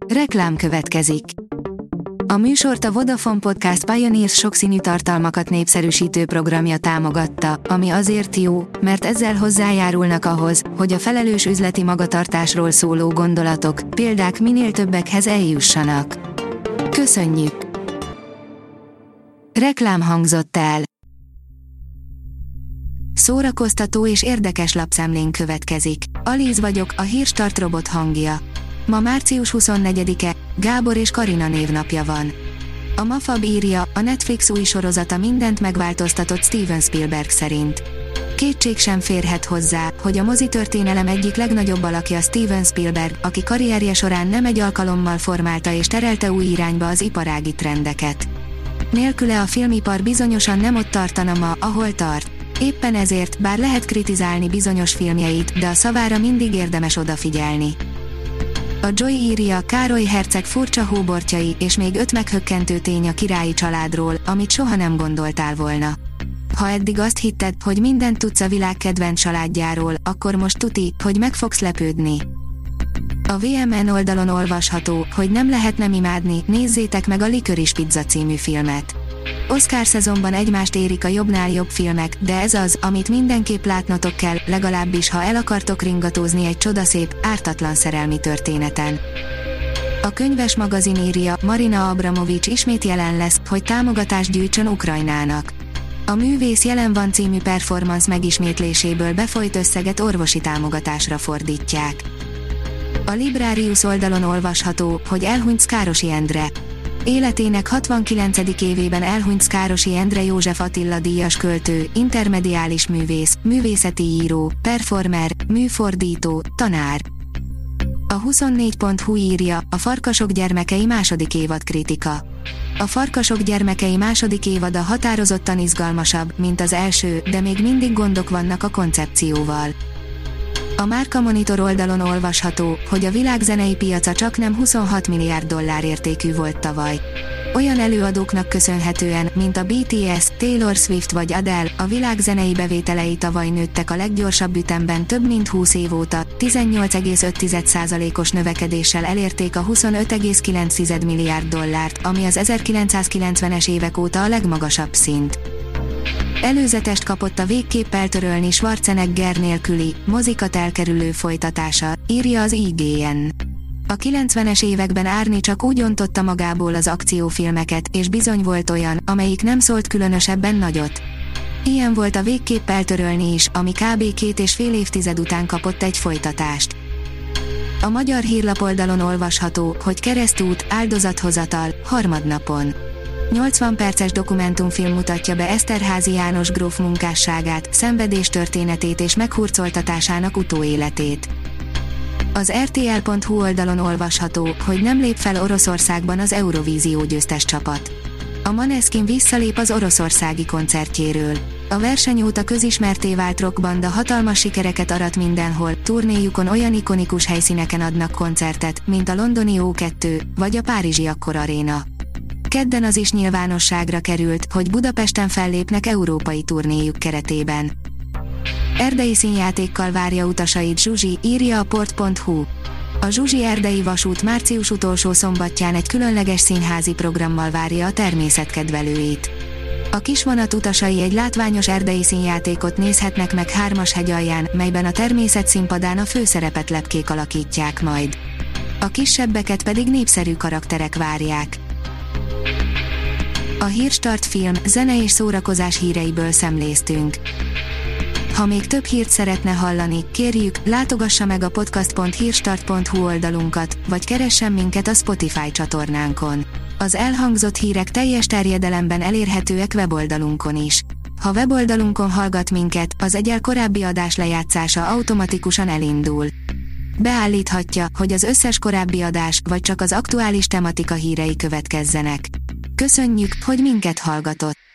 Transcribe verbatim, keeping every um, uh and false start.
Reklám következik. A műsort a Vodafone Podcast Pioneers sokszínű tartalmakat népszerűsítő programja támogatta, ami azért jó, mert ezzel hozzájárulnak ahhoz, hogy a felelős üzleti magatartásról szóló gondolatok, példák minél többekhez eljussanak. Köszönjük! Reklám hangzott el. Szórakoztató és érdekes lapszemlén következik. Alíz vagyok, a Hírstart robot hangja. Ma március huszonnegyedike, Gábor és Karina névnapja van. A Mafab írja, a Netflix új sorozata mindent megváltoztatott Steven Spielberg szerint. Kétség sem férhet hozzá, hogy a mozitörténelem egyik legnagyobb alakja Steven Spielberg, aki karrierje során nem egy alkalommal formálta és terelte új irányba az iparági trendeket. Nélküle a filmipar bizonyosan nem ott tartana ma, ahol tart. Éppen ezért, bár lehet kritizálni bizonyos filmjeit, de a szavára mindig érdemes odafigyelni. A Joy írja, Károly herceg furcsa hóbortjai, és még öt meghökkentő tény a királyi családról, amit soha nem gondoltál volna. Ha eddig azt hitted, hogy mindent tudsz a világ kedvenc családjáról, akkor most tuti, hogy meg fogsz lepődni. A vé em en oldalon olvasható, hogy nem lehet nem imádni, nézzétek meg a Licorice Pizza című filmet. Oscar szezonban egymást érik a jobbnál jobb filmek, de ez az, amit mindenképp látnotok kell, legalábbis ha el akartok ringatózni egy csodaszép, ártatlan szerelmi történeten. A könyves magazin írja, Marina Abramovics ismét jelen lesz, hogy támogatást gyűjtsön Ukrajnának. A Művész jelen van című performance megismétléséből befolyt összeget orvosi támogatásra fordítják. A Librarius oldalon olvasható, hogy elhunyt Szkárosi Endre. Életének hatvankilencedik évében elhunyt Szkárosi Endre József Attila díjas költő, intermediális művész, művészeti író, performer, műfordító, tanár. A huszonnégy pont hu írja, a Farkasok gyermekei második évad kritika. A Farkasok gyermekei második évada határozottan izgalmasabb, mint az első, de még mindig gondok vannak a koncepcióval. A Márka Monitor oldalon olvasható, hogy a világ zenei piaca csaknem huszonhat milliárd dollár értékű volt tavaly. Olyan előadóknak köszönhetően, mint a bé té es, Taylor Swift vagy Adele, a világ zenei bevételei tavaly nőttek a leggyorsabb ütemben több mint húsz év óta, tizennyolc egész öt százalékos növekedéssel elérték a huszonöt egész kilenc milliárd dollárt, ami az ezerkilencszázkilencvenes évek óta a legmagasabb szint. Előzetest kapott a végképp eltörölni Schwarzenegger nélküli, mozikat elkerülő folytatása, írja az i gé en. A kilencvenes években Árni csak úgy ontotta magából az akciófilmeket, és bizony volt olyan, amelyik nem szólt különösebben nagyot. Ilyen volt a végképp eltörölni is, ami kb. Két és fél évtized után kapott egy folytatást. A Magyar Hírlap oldalon olvasható, hogy Keresztút, áldozathozatal, harmadnapon. nyolcvan perces dokumentumfilm mutatja be Esterházy János gróf munkásságát, szenvedéstörténetét és meghurcoltatásának utóéletét. Az er té el pont hu oldalon olvasható, hogy nem lép fel Oroszországban az Eurovízió győztes csapat. A Måneskin visszalép az oroszországi koncertjéről. A verseny óta közismerté vált rockbanda hatalmas sikereket arat mindenhol, turnéjukon olyan ikonikus helyszíneken adnak koncertet, mint a londoni ó kettő, vagy a párizsi Akkor Aréna. Kedden az is nyilvánosságra került, hogy Budapesten fellépnek európai turnéjuk keretében. Erdei színjátékkal várja utasait Zsuzsi, írja a port pont hu. A Zsuzsi erdei vasút március utolsó szombatján egy különleges színházi programmal várja a természetkedvelőit. A kisvonat utasai egy látványos erdei színjátékot nézhetnek meg Hármashegy-alján, melyben a természet színpadán a főszerepet lepkék alakítják majd. A kisebbeket pedig népszerű karakterek várják. A Hírstart film, zene és szórakozás híreiből szemléztünk. Ha még több hírt szeretne hallani, kérjük, látogassa meg a podcast pont hírstart pont hu oldalunkat, vagy keressen minket a Spotify csatornánkon. Az elhangzott hírek teljes terjedelemben elérhetőek weboldalunkon is. Ha weboldalunkon hallgat minket, az egyel korábbi adás lejátszása automatikusan elindul. Beállíthatja, hogy az összes korábbi adás, vagy csak az aktuális tematika hírei következzenek. Köszönjük, hogy minket hallgatott!